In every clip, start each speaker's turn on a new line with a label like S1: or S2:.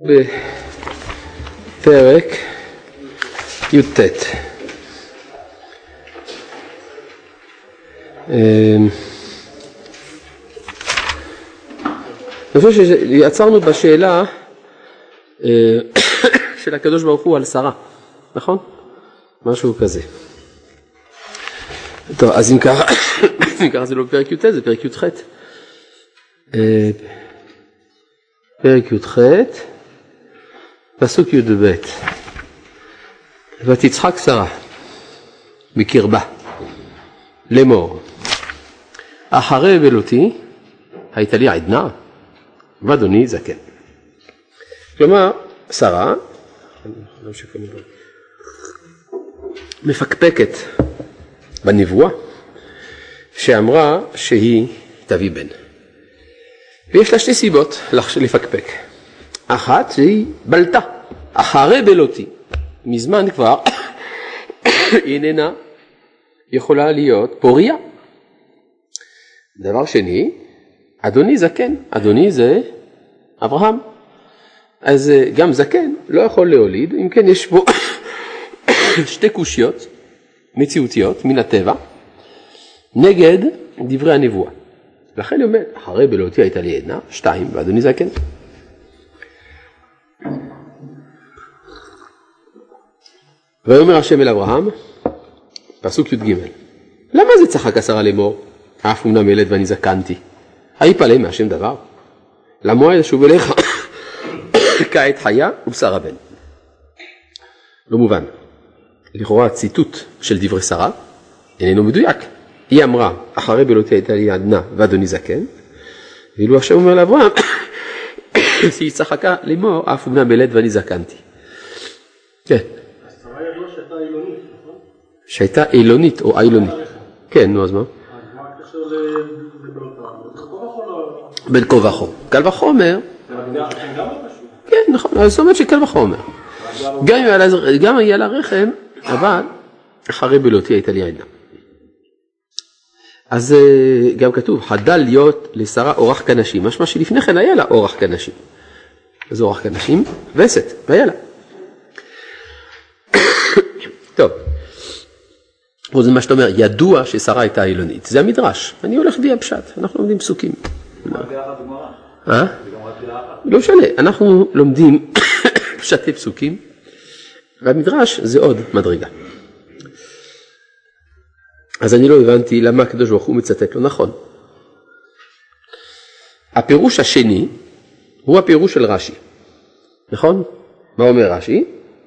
S1: בפרק י"ט. אני חושב שיצרנו בשאלה של הקדוש ברוך הוא על שרה, נכון? משהו כזה. טוב, אז אם ככה זה לא פרק י"ט, זה פרק י"ח. פרק י"ח, פסוק י"ב. ותצחק שרה בקרבה לאמור, אחרי בלותי הייתה לי עדנה ואדוני זקן. כלומר, שרה מפקפקת בנבואה שאמרה שהיא תביא בן. ויש לה שתי סיבות לפקפק. אחת, שהיא בלטה, אחרי בלותי. מזמן כבר איננה יכולה להיות פוריה. דבר שני, אדוני זקן. אדוני זה אברהם. אז גם זקן לא יכול להוליד, אם כן יש פה שתי קושיות מציאותיות מן הטבע נגד דברי הנבואה. לכן היא אומרת, אחרי בלותי הייתה לי עדנה, 2, ואדוני זקן. ויאמר השם אל אברהם, פסוק י"ג, למה זה צחק שרה לאמור, אף אמנם ילד ואני זקנתי? היפלא מהשם דבר? למועד אשוב אליך כעת חיה ובשר הבן. לא מובן. לכאורה הציטוט של דברי שרה איננו מדויק. היא אמרה, אחרי בלותי הייתה לי עדנה ואדוני זקן, ואילו השם אומר לאברהם, שהיא צחקה לאמור, אף אמנם ילד ואני זקנתי. כן.
S2: אז שרה ידוע שהייתה אילונית, נכון?
S1: שהייתה אילונית או אילונית. כן, נו אז מה?
S2: אז מה הקשר לבלותה?
S1: בין כה וכה. קל וחומר.
S2: זה מדינה רחם גם לא פשוט.
S1: כן, נכון. אז זאת אומרת שקל וחומר. גם היה לה רחם, אבל אחרי בלותי הייתה לי עדנה. אז גם כתוב, חדל להיות לשרה אורח כנשים, משמע שלפני כן היה לה אורח כנשים. אז אורח כנשים וסת, והיה לה. טוב, זה מה שאתה אומר, ידוע ששרה הייתה אילונית, זה המדרש, אני הולך בי הפשט, אנחנו לומדים פסוקים. לא משנה, אנחנו לומדים פשטי פסוקים, והמדרש זה עוד מדרגה. אז אני לא הבנתי למה הקדוש ברוך הוא מצטט לו נכון. הפירוש השני הוא הפירוש של רש"י. נכון? מה אומר רש"י?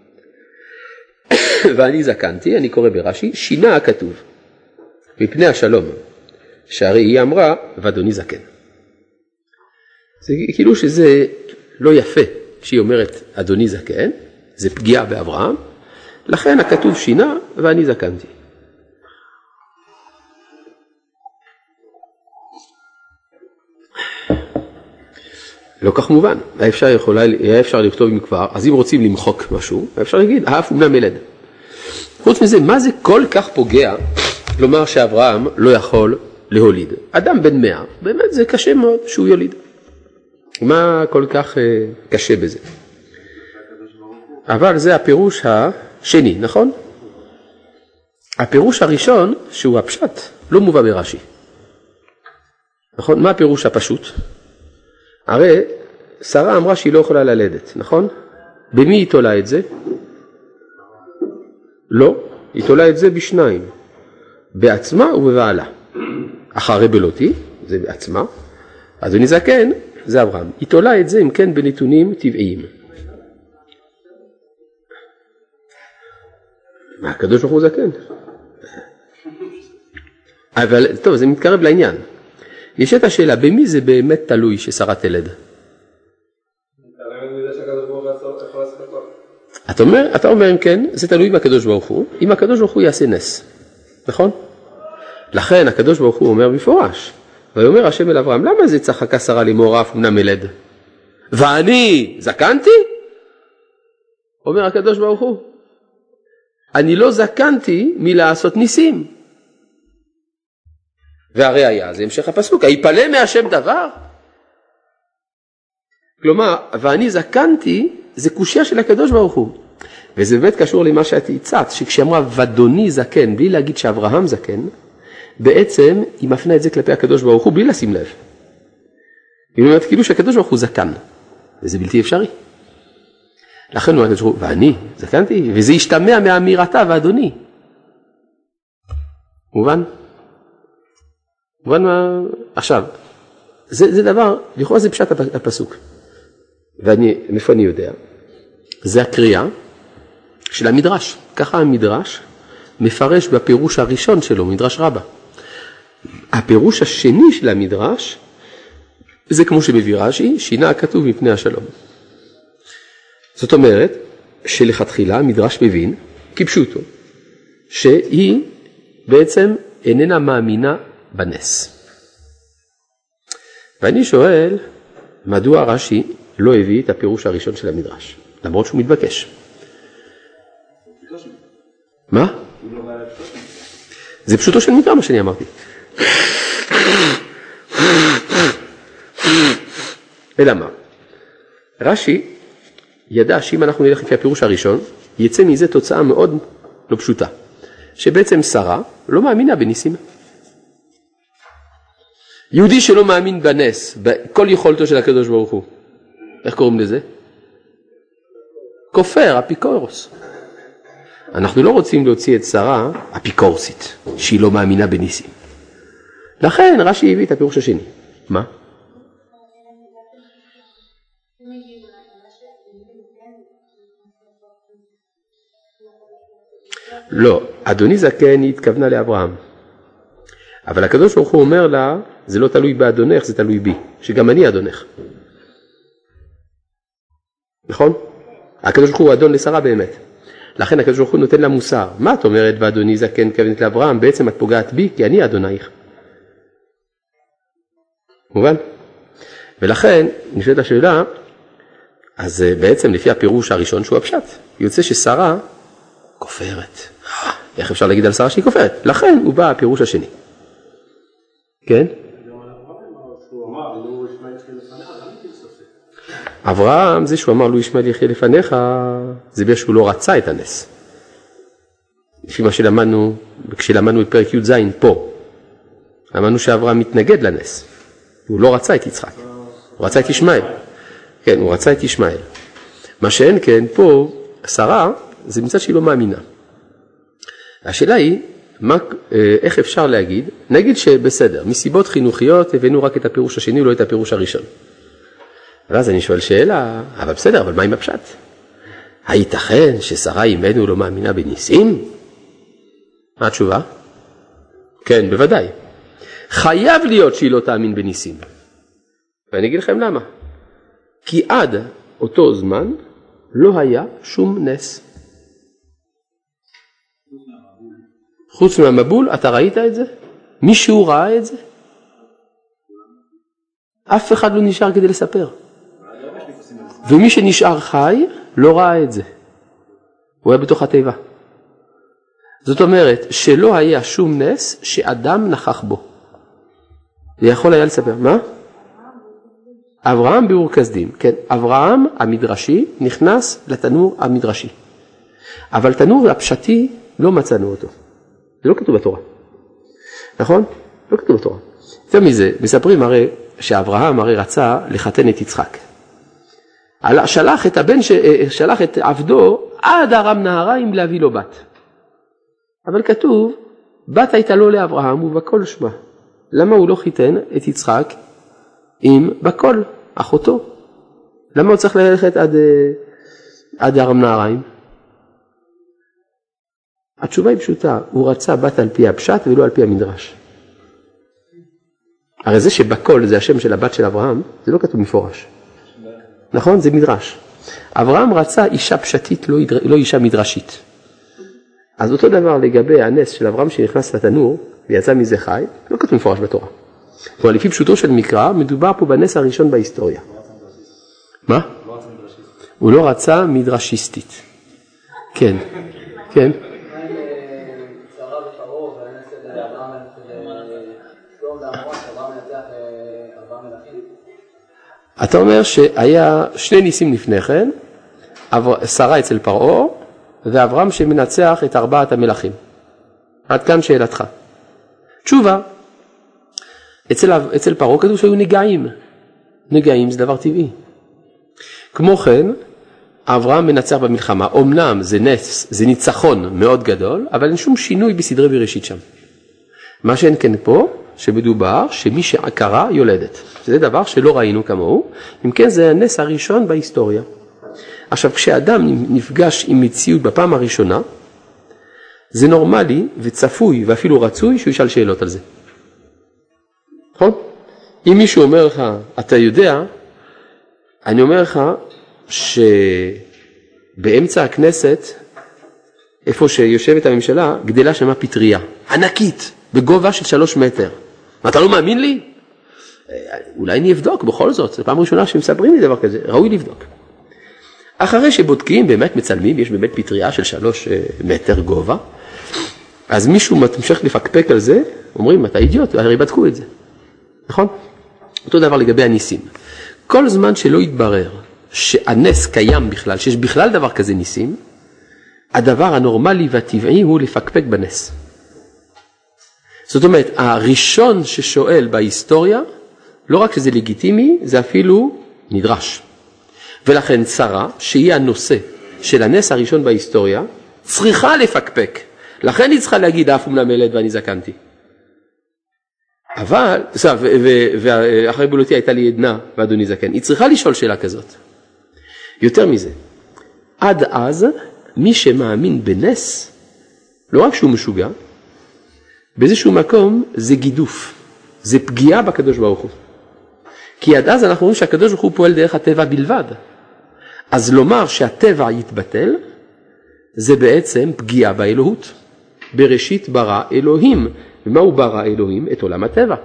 S1: ואני זקנתי, אני קורא ברש"י, שינה הכתוב. מפני השלום, שהרי היא אמרה, ואדוני זקן. זה כאילו שזה לא יפה שהיא אומרת, אדוני זקן, זה פגיעה באברהם, לכן הכתוב שינה, ואני זקנתי. לא כך מובן, היה אפשר לכתוב אם כבר, אז אם רוצים למחוק משהו, היה אפשר להגיד, האף אומנם ילד. חוץ מזה, מה זה כל כך פוגע לומר שאברהם לא יכול להוליד? אדם בן 100, באמת זה קשה מאוד שהוא יוליד. מה כל כך קשה בזה? אבל זה הפירוש השני, נכון? הפירוש הראשון, שהוא הפשט, לא מובא ברש"י. נכון? מה הפירוש הפשוט? הרי שרה אמרה שהיא לא יכולה ללדת, נכון? במי היא תולה את זה? לא, היא תולה את זה בשניים, בעצמה ובבעלה. אחרי בלותי, זה בעצמה, אדוני זקן, זה אברהם. היא תולה את זה אם כן בנתונים טבעיים. מה, הקדוש ברוך הוא זקן? אבל טוב, זה מתקרב לעניין. יש את השאלה, במי זה באמת תלוי ששרה תלד? אתה אומר אם כן, זה תלוי בקדוש ברוך הוא, אם הקדוש ברוך הוא יעשה נס, נכון? לכן הקדוש ברוך הוא אומר בפורש, ויאמר השם אל אברהם, למה זה צחקה שרה לאמור אף אמנם ילד? ואני זקנתי? אומר הקדוש ברוך הוא, אני לא זקנתי מלעשות ניסים. והראיה זה המשך הפסוק, היפלא מהשם דבר? כלומר, ואני זקנתי, זה קושיה של הקדוש ברוך הוא. וזה באמת קשור למה שאת הצעת, שכשאמרה ודוני זקן, בלי להגיד שאברהם זקן, בעצם היא מפנה את זה כלפי הקדוש ברוך הוא, בלי לשים לב. היא אומרת כאילו שהקדוש ברוך הוא זקן, וזה בלתי אפשרי. לכן הוא אומר, ואני זקנתי, וזה ישתמע מאמירתה ואדוני. מובן? מובן מה? עכשיו, זה דבר, לכאורה זה פשט הפסוק. מאיפה אני יודע? זה הקריאה של המדרש. ככה המדרש מפרש בפירוש הראשון שלו, מדרש רבה. הפירוש השני של המדרש, זה כמו שמביא רש"י, שינה הכתוב מפני השלום. זאת אומרת, שלכתחילה המדרש מבין, כפשוטו, שהיא בעצם איננה מאמינה בנס. ואני שואל, מדוע רש"י לא הביא את הפירוש הראשון של המדרש? למרות שהוא מתבקש. מה? זה פשוטו של מקרא מה שאני אמרתי. אלא מה? רש"י ידע שאם אנחנו נלך לפי הפירוש הראשון, יצא מזה תוצאה מאוד לא פשוטה. שבעצם שרה לא מאמינה בניסים. יהודי שלא מאמין בנס, בכל יכולתו של הקדוש ברוך הוא, איך קוראים לזה? כופר, אפיקורוס. אנחנו לא רוצים להוציא את שרה אפיקורסית, שהיא לא מאמינה בניסים. לכן רש"י הביא את הפירוש השני. מה? לא, אדוני זקן היא התכוונה לאברהם. אבל הקדוש ברוך הוא אומר לה, זה לא תלוי באדונך, זה תלוי בי, שגם אני אדונך. נכון? הקדוש ברוך הוא אדון לשרה באמת. לכן הקדוש ברוך הוא נותן לה מוסר. מה את אומרת באדוני זקן כוונת לאברהם? בעצם את פוגעת בי, כי אני אדונייך. מובן? ולכן, נשאלת השאלה, אז בעצם לפי הפירוש הראשון שהוא הפשט, יוצא ששרה כופרת. איך אפשר להגיד על שרה שהיא כופרת? לכן הוא בא הפירוש השני. כן? אברהם, זה שהוא אמר לו ישמעאל יחיה לפניך, זה בגלל שהוא לא רצה את הנס. לפי מה שלמדנו, כשלמדנו את פרק י"ז פה, למדנו שאברהם מתנגד לנס. הוא לא רצה את יצחק, הוא רצה את ישמעאל. כן, הוא רצה את ישמעאל. מה שאין כן, פה, שרה, זה מצד שהיא לא מאמינה. השאלה היא, איך אפשר להגיד? נגיד שבסדר, מסיבות חינוכיות הבאנו רק את הפירוש השני, לא את הפירוש הראשון. ואז אני שואל שאלה, אבל בסדר, אבל מה עם הפשט? הייתכן ששרה אימנו לא מאמינה בניסים? מה התשובה? כן, בוודאי. חייב להיות שהיא לא תאמין בניסים. ואני אגיד לכם למה. כי עד אותו זמן לא היה שום נס. חוץ מהמבול, אתה ראית את זה? מישהו ראה את זה? אף אחד לא נשאר כדי לספר. ומי שנשאר חי לא ראה את זה. הוא היה בתוך התיבה. זאת אומרת שלא היה שום נס שאדם נכח בו. זה יכול היה לספר. מה? אברהם באור כסדים. כן, אברהם המדרשי נכנס לתנור המדרשי. אבל תנור הפשטי לא מצאנו אותו. זה לא כתוב בתורה. נכון? לא כתוב בתורה. יותר מזה, מספרים הרי שאברהם הרי רצה לחתן את יצחק. שלח את עבדו עד ארם נהריים להביא לו בת. אבל כתוב, בת הייתה לו לאברהם ובכל שמה. למה הוא לא חיתן את יצחק עם בכל אחותו? למה הוא צריך ללכת עד ארם נהריים? התשובה היא פשוטה, הוא רצה בת על פי הפשט ולא על פי המדרש. הרי זה שבכל זה השם של הבת של אברהם, זה לא כתוב מפורש. נכון? זה מדרש. אברהם רצה אישה פשטית, לא אישה מדרשית. אז אותו דבר לגבי הנס של אברהם שנכנס לתנור ויצא מזה חי, לא כתוב מפורש בתורה. כלומר, לפי פשוטו של מקרא, מדובר פה בנס הראשון בהיסטוריה. מה? הוא לא רצה מדרשיסטית. כן, כן. אתה אומר שהיה שני ניסים לפני כן, שרה אצל פרעה, ואברהם שמנצח את 4 המלכים. עד כאן שאלתך. תשובה, אצל פרעה כתוב שהיו נגעים. נגעים זה דבר טבעי. כמו כן, אברהם מנצח במלחמה. אמנם זה נס, זה ניצחון מאוד גדול, אבל אין שום שינוי בסדרי בראשית שם. מה שאין כן פה, שמדובר שמי שעקרה יולדת. זה דבר שלא ראינו כמוהו. אם כן, זה הנס הראשון בהיסטוריה. עכשיו, כשאדם נפגש עם מציאות בפעם הראשונה, זה נורמלי וצפוי ואפילו רצוי שהוא ישאל שאלות על זה. נכון? אם מישהו אומר לך, אתה יודע, אני אומר לך שבאמצע הכנסת, איפה שיושבת הממשלה, גדלה שמה פטריה, ענקית, בגובה של 3 מטר. אתה לא מאמין לי? אולי אני אבדוק בכל זאת, זו פעם ראשונה שמספרים לי דבר כזה, ראוי לבדוק. אחרי שבודקים, באמת מצלמים, יש באמת פטריה של 3 מטר גובה, אז מישהו מתמשך לפקפק על זה, אומרים, אתה אידיוט, הרי בדקו את זה. נכון? אותו דבר לגבי הניסים. כל זמן שלא יתברר שהנס קיים בכלל, שיש בכלל דבר כזה ניסים, הדבר הנורמלי והטבעי הוא לפקפק בנס. זאת אומרת, הראשון ששואל בהיסטוריה, לא רק שזה לגיטימי, זה אפילו נדרש. ולכן שרה, שהיא הנושא של הנס הראשון בהיסטוריה, צריכה לפקפק. לכן היא צריכה להגיד, אף אומנם ילד ואני זקנתי. אבל, ואחרי בולותי הייתה לי עדנה ואדוני זקן. היא צריכה לשאול שאלה כזאת. יותר מזה, עד אז, מי שמאמין בנס, לא רק שהוא משוגע, באיזשהו מקום זה גידוף, זה פגיעה בקדוש ברוך הוא. כי עד אז אנחנו רואים שהקדוש ברוך הוא פועל דרך הטבע בלבד. אז לומר שהטבע יתבטל, זה בעצם פגיעה באלוהות. בראשית ברא אלוהים. ומה הוא ברא אלוהים? את עולם הטבע.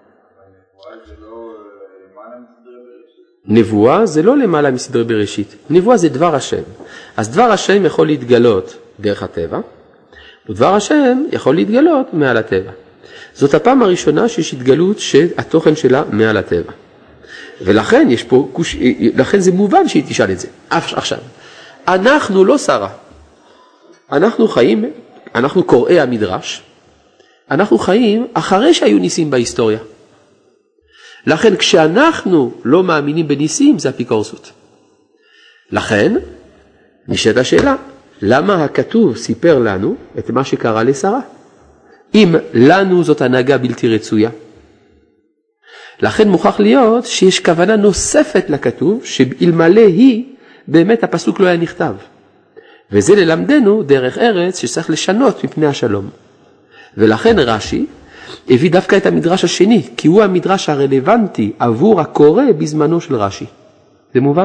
S1: נבואה זה לא למעלה מסדרי בראשית. נבואה זה דבר השם. אז דבר השם יכול להתגלות דרך הטבע, ודבר השם יכול להתגלות מעל הטבע. זאת הפעם הראשונה שיש התגלות שהתוכן שלה מעל הטבע. ולכן יש פה, לכן זה מובן שהיא תשאל את זה. עכשיו, אנחנו לא שרה. אנחנו חיים, אנחנו קוראי המדרש, אנחנו חיים אחרי שהיו ניסים בהיסטוריה. לכן כשאנחנו לא מאמינים בניסים זה אפיקורסות. לכן נשאלת השאלה, למה הכתוב סיפר לנו את מה שקרה לשרה? אם לנו זאת הנהגה בלתי רצויה. לכן מוכרח להיות שיש כוונה נוספת לכתוב, שאלמלא היא באמת הפסוק לא היה נכתב. וזה ללמדנו דרך ארץ שצריך לשנות מפני השלום. ולכן רש"י הביא דווקא את המדרש השני, כי הוא המדרש הרלוונטי עבור הקורא בזמנו של רש"י. זה מובן?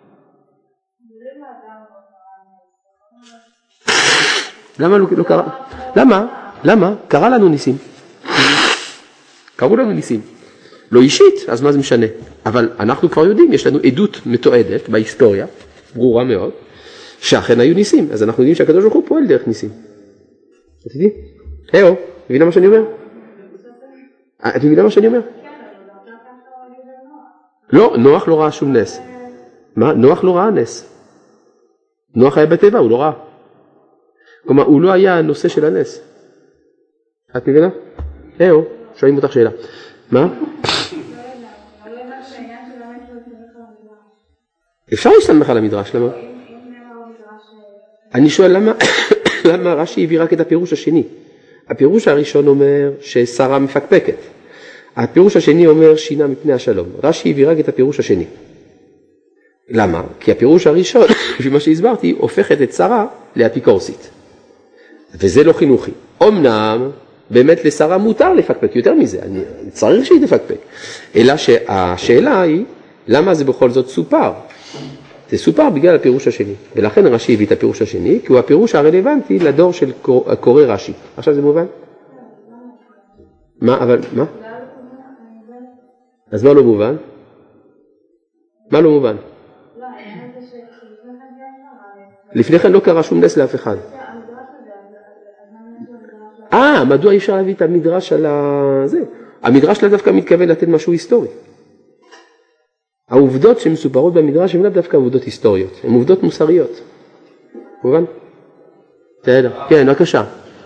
S1: למה לא קרה? למה? קרה לנו ניסים. קראו לנו ניסים. לא אישית, אז מה זה משנה? אבל אנחנו כבר יודעים, יש לנו עדות מתועדת בהיסטוריה, ברורה מאוד, שאכן היו ניסים. אז אנחנו יודעים שהקדוש ברוך הוא פועל דרך ניסים. את יודעים? היו, מבינה מה שאני אומר? את מבינה מה שאני אומר? לא, נוח לא ראה שום נס. מה? נוח לא ראה נס. נוח היה בטבע, הוא לא ראה. כלומר, הוא לא היה הנושא של הנס. את מבינה? היו, שואלים אותך שאלה. מה? אפשר להסתמך על המדרש, למה? אני שואל למה רש"י הביא רק את הפירוש השני. הפירוש הראשון אומר ששרה מפקפקת. הפירוש השני אומר שינה מפני השלום. רש"י הביא רק את הפירוש השני. למה? כי הפירוש הראשון, לפי מה שהסברתי, הופכת את שרה לאפיקורסית. וזה לא חינוכי. אמנם, באמת לשרה מותר לפקפק, יותר מזה, אני צריך שהיא תפקפק. אלא שהשאלה היא, למה זה בכל זאת סופר? זה סופר בגלל הפירוש השני. ולכן רש"י הביא את הפירוש השני, כי הוא הפירוש הרלוונטי לדור של קורא רש"י. עכשיו זה מובן? מה? אבל, מה? אז מה לא מובן? מה לא מובן? לפני כן לא קרה שום נס לאף אחד. מדוע אי אפשר להביא את המדרש על זה? המדרש לא דווקא מתכוון לתת משהו היסטורי. העובדות שמסופרות במדרש הן לא דווקא עובדות היסטוריות, הן עובדות מוסריות. מובן? בסדר, כן, בבקשה.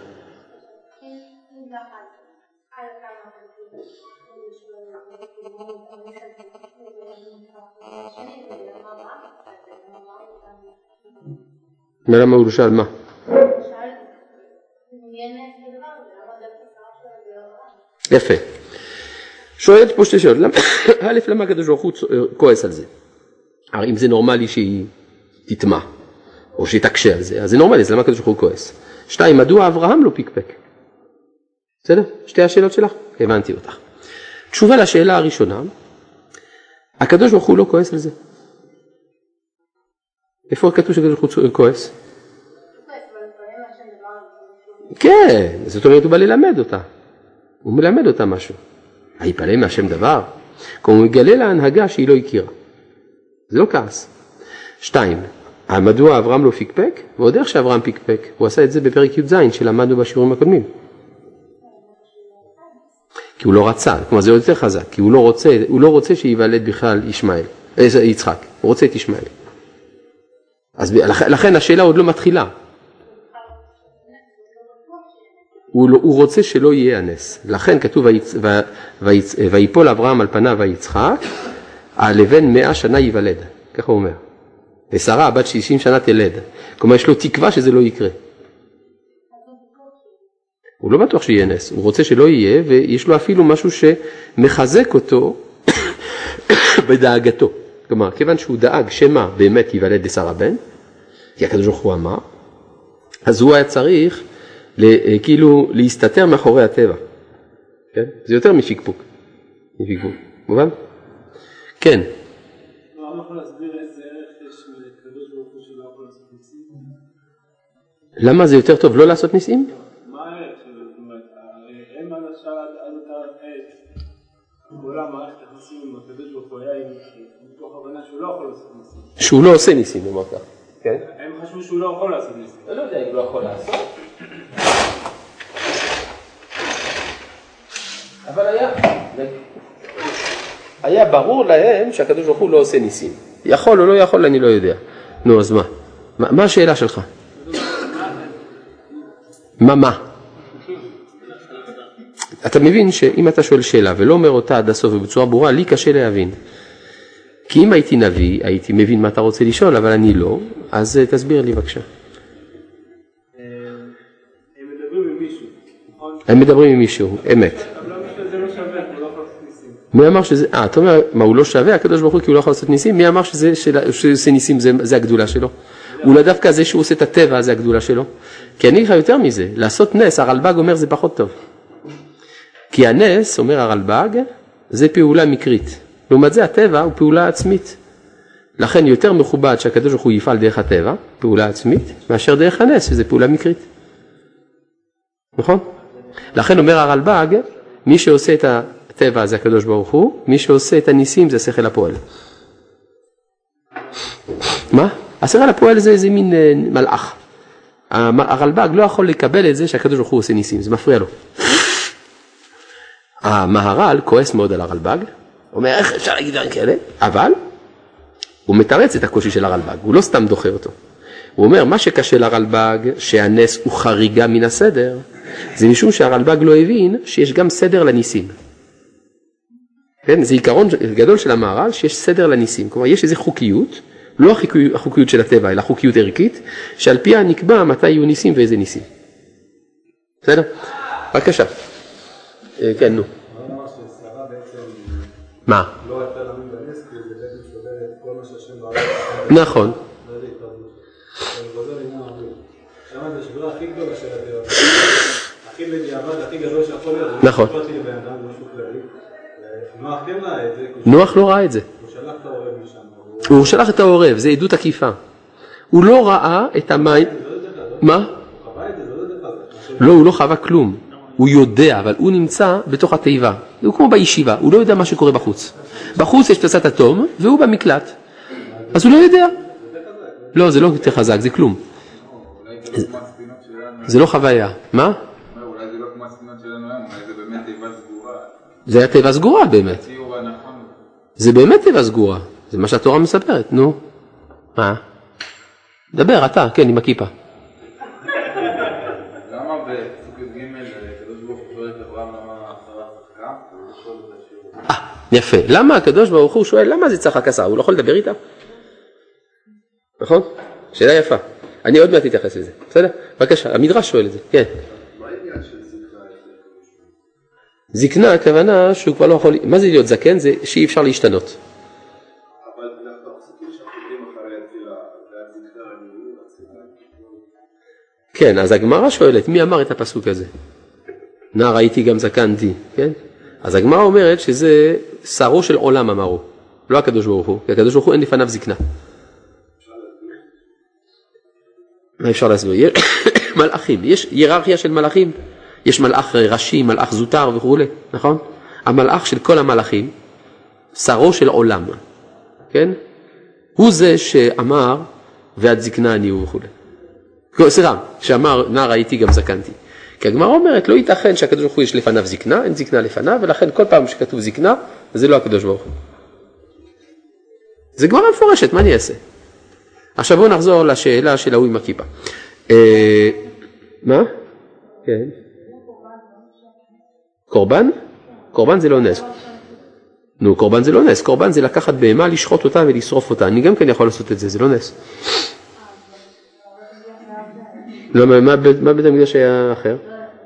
S1: למה הוא שאל מה? יפה. שואלת פה שתי שאלות. א', למה הקדוש ברוך הוא כועס על זה? הרי אם זה נורמלי שהיא תטמע, או שהיא תקשה על זה, אז זה נורמלי, אז למה הקדוש ברוך הוא כועס? 2, מדוע אברהם לא פיקפק? בסדר? שתי השאלות שלך? הבנתי אותך. תשובה לשאלה הראשונה, הקדוש ברוך הוא לא כועס על זה. איפה כתוב שהקדוש ברוך הוא כועס? כן, זאת אומרת הוא בא ללמד אותה. הוא מלמד אותה משהו. היפלא מהשם דבר? כמו הוא מגלה להנהגה שהיא לא הכירה. זה לא כעס. 2, מדוע אברהם לא פיקפק? ועוד איך שאברהם פיקפק, הוא עשה את זה בפרק י"ז שלמדנו בשיעורים הקודמים. כי הוא לא רצה, כלומר זה יותר חזק, כי הוא לא רוצה שיוולד בכלל יצחק, הוא רוצה את ישמעאל. אז לכן השאלה עוד לא מתחילה. הוא רוצה שלא יהיה הנס. לכן כתוב ויפול אברהם על פניו ויצחק, לבן 100 שנה ייוולד. ככה הוא אומר. ושרה בת 60 שנה תלד. כלומר יש לו תקווה שזה לא יקרה. הוא לא בטוח שיהיה נס. הוא רוצה שלא יהיה, ויש לו אפילו משהו שמחזק אותו בדאגתו. כלומר, כיוון שהוא דאג שמה באמת ייוולד לשרה בן, כי הקדוש ברוך הוא אמר, אז הוא היה צריך כאילו להסתתר מאחורי הטבע. כן? זה יותר מפיקפוק. מובן? כן.
S2: לא יכול להסביר איזה ערך יש לקדוש ברוך הוא שלא יכול לעשות ניסים?
S1: למה זה יותר טוב לא לעשות ניסים?
S2: מה הערך? זאת אומרת, הם עד השאר עד אותה עת, כל המערכת היחסים עם הקדוש ברוך הוא היה מתוך הבנה שהוא לא יכול לעשות ניסים.
S1: שהוא לא עושה ניסים, נאמר כך. כן?
S2: הם חשבו שהוא לא יכול לעשות ניסים.
S1: אני לא יודע אם הוא לא יכול לעשות. אבל היה ברור להם שהקדוש ברוך הוא לא עושה ניסים. יכול או לא יכול, אני לא יודע. נו, אז מה השאלה שלך? מה? אתה מבין שאם אתה שואל שאלה ולא אומר אותה עד הסוף ובצורה ברורה, לי קשה להבין. כי אם הייתי נביא, הייתי מבין מה אתה רוצה לשאול, אבל אני לא, אז תסביר לי בבקשה.
S2: הם מדברים עם מישהו, נכון?
S1: הם מדברים עם מישהו, אמת.
S2: אבל מישהו הזה לא שווה, הוא לא יכול לעשות ניסים.
S1: מי אמר שזה, אתה אומר, מה הוא לא שווה, הקדוש ברוך הוא כי הוא לא יכול לעשות ניסים? מי אמר שהוא עושה ניסים, זה הגדולה שלו? אולי דווקא זה שהוא עושה את הטבע, זה הגדולה שלו? כי אני אגיד לך יותר מזה, לעשות נס, הרלב"ג אומר זה פחות טוב. כי הנס, אומר הרלב"ג, זה פעולה מקרית. לעומת זה הטבע הוא פעולה עצמית. לכן יותר מכובד שהקדוש ברוך הוא יפעל דרך הטבע, פעולה עצמית, מאשר דרך הנס, שזה פעולה מקרית. נכון? לכן אומר הרלב"ג, מי שעושה את הטבע זה הקדוש ברוך הוא, מי שעושה את הניסים זה השכל הפועל. מה? השכל הפועל זה איזה מין מלאך. הרלב"ג לא יכול לקבל את זה שהקדוש ברוך הוא עושה ניסים, זה מפריע לו. המהר"ל כועס מאוד על הרלב"ג, אומר איך אפשר להגיד דברים כאלה, אבל הוא מתרץ את הקושי של הרלב"ג, הוא לא סתם דוחה אותו. הוא אומר מה שקשה לרלב"ג שהנס הוא חריגה מן הסדר, זה משום שהרלב"ג לא הבין שיש גם סדר לניסים. כן? זה עיקרון גדול של המהר"ל שיש סדר לניסים, כלומר יש איזו חוקיות, לא החוקיות של הטבע אלא חוקיות ערכית, שעל פיה נקבע מתי יהיו ניסים ואיזה ניסים. בסדר? בבקשה. כן, נו. מה?
S2: לא הייתה להאמין בנס, כי זה בעצם שובר את כל מה שהשם בעולם.
S1: נכון.
S2: אני חוזר לעניין הרבה. שם זה השברה הכי גדולה של הטבע. הכי בדיעבד, הכי גדול שיכול להיות.
S1: נכון.
S2: פרטי לבן אדם, משהו כללי. נוח כן ראה את זה.
S1: נוח לא ראה את זה.
S2: הוא שלח את העורב משם.
S1: הוא שלח את העורב, זה עדות עקיפה. הוא לא ראה את המים. מה?
S2: הוא חווה את זה, זה לא דרך.
S1: לא, הוא לא חווה כלום. הוא יודע, אבל הוא נמצא בתוך התיבה. הוא כמו בישיבה, הוא לא יודע מה שקורה בחוץ. בחוץ יש פצצת אטום, והוא במקלט. אז הוא לא יודע. לא, זה לא יותר חזק, זה כלום. זה לא חוויה. מה?
S3: אולי זה לא כמו הספינות שלנו היום, אולי זה באמת תיבה סגורה.
S1: זה היה תיבה סגורה באמת. זה באמת תיבה סגורה. זה מה שהתורה מספרת, נו. מה? דבר, אתה, כן, עם הכיפה.
S3: למה בפסוק י"ג הקדוש ברוך הוא שואל את אברהם למה שרה צחקה?
S1: יפה. למה הקדוש ברוך הוא שואל, למה זה צחק שרה? הוא לא יכול לדבר איתה? נכון? שאלה יפה. אני עוד מעט אתייחס לזה. בסדר? בבקשה, המדרש שואל את זה. כן.
S4: מה העניין של זקנה?
S1: זקנה, הכוונה שהוא כבר לא יכול... מה זה להיות זקן? זה שאי אפשר להשתנות.
S4: אבל אנחנו חושבים שאנחנו אחרי התפילה, והזקנה
S1: כן, אז הגמרא שואלת, מי אמר את הפסוק הזה? נער הייתי גם זקנתי, כן? אז הגמרא אומרת שזה שרו של עולם אמרו, לא הקדוש ברוך הוא, כי הקדוש ברוך הוא אין לפניו זקנה. מה אפשר להסביר? מלאכים, יש היררכיה של מלאכים, יש מלאך ראשי, מלאך זוטר וכו', נכון? המלאך של כל המלאכים, שרו של עולם, כן? הוא זה שאמר, ועד זקנה אני הוא וכו'. סליחה, שאמר נער הייתי גם זקנתי. כי הגמרא אומרת, לא ייתכן שהקדוש ברוך הוא יש לפניו זקנה, אין זקנה לפניו, ולכן כל פעם שכתוב זקנה, זה לא הקדוש ברוך הוא. זה גמרא מפורשת, מה אני אעשה? עכשיו בואו נחזור לשאלה של ההוא עם הכיפה. מה? כן. קורבן? קורבן זה לא נס. נו, קורבן זה לא נס, קורבן זה לקחת בהמה, לשחוט אותה ולשרוף אותה. אני גם כן יכול לעשות את זה, זה לא נס. לא, מה בית המקדש היה אחר?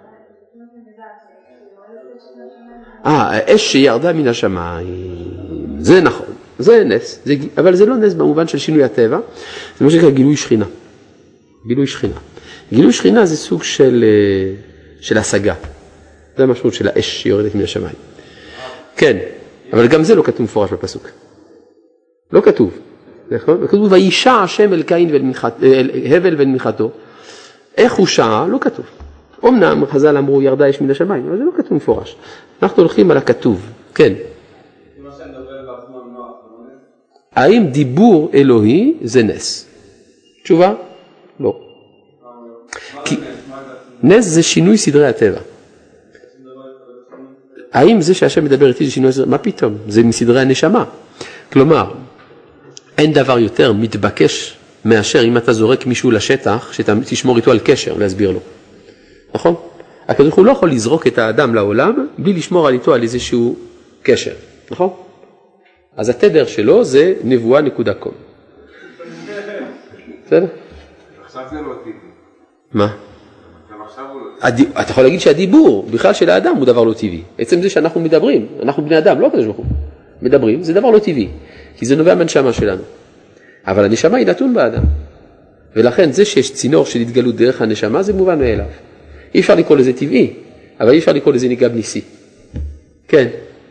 S1: האש שירדה מן השמיים, זה נכון, זה נס, אבל זה לא נס במובן של שינוי הטבע, זה מה שנקרא גילוי שכינה. גילוי שכינה. גילוי שכינה זה סוג של השגה, זה המשמעות של האש שיורדת מן השמיים. כן, אבל גם זה לא כתוב מפורש בפסוק. לא כתוב, נכון? כתוב וישע השם אל קין הבל ואל מנחתו. איך הוא שעה? לא כתוב. אמנם חז"ל אמרו ירדה אש מן השמיים, אבל זה לא כתוב מפורש. אנחנו הולכים על הכתוב, כן. האם דיבור אלוהי זה נס? תשובה? לא. נס זה שינוי סדרי הטבע. האם זה שהשם מדבר איתי זה שינוי סדרי? מה פתאום? זה מסדרי הנשמה. כלומר, אין דבר יותר מתבקש מאשר אם אתה זורק מישהו לשטח, שתשמור איתו על קשר, להסביר לו. נכון? הקדוש ברוך הוא לא יכול לזרוק את האדם לעולם, בלי לשמור איתו על איזשהו קשר. נכון? אז התדר שלו זה נבואה.com. בסדר?
S3: עכשיו זה לא טבעי.
S1: מה?
S3: עכשיו הוא לא טבעי.
S1: אתה יכול להגיד שהדיבור בכלל של האדם הוא דבר לא טבעי. עצם זה שאנחנו מדברים, אנחנו בני אדם, לא הקדוש ברוך הוא. מדברים, זה דבר לא טבעי, כי זה נובע מהנשמה שלנו. אבל הנשמה היא נתון באדם. ולכן זה שיש צינור של התגלות דרך הנשמה זה מובן מאליו. אי אפשר לקרוא לזה טבעי, אבל אי אפשר לקרוא לזה ניגב ניסי. כן.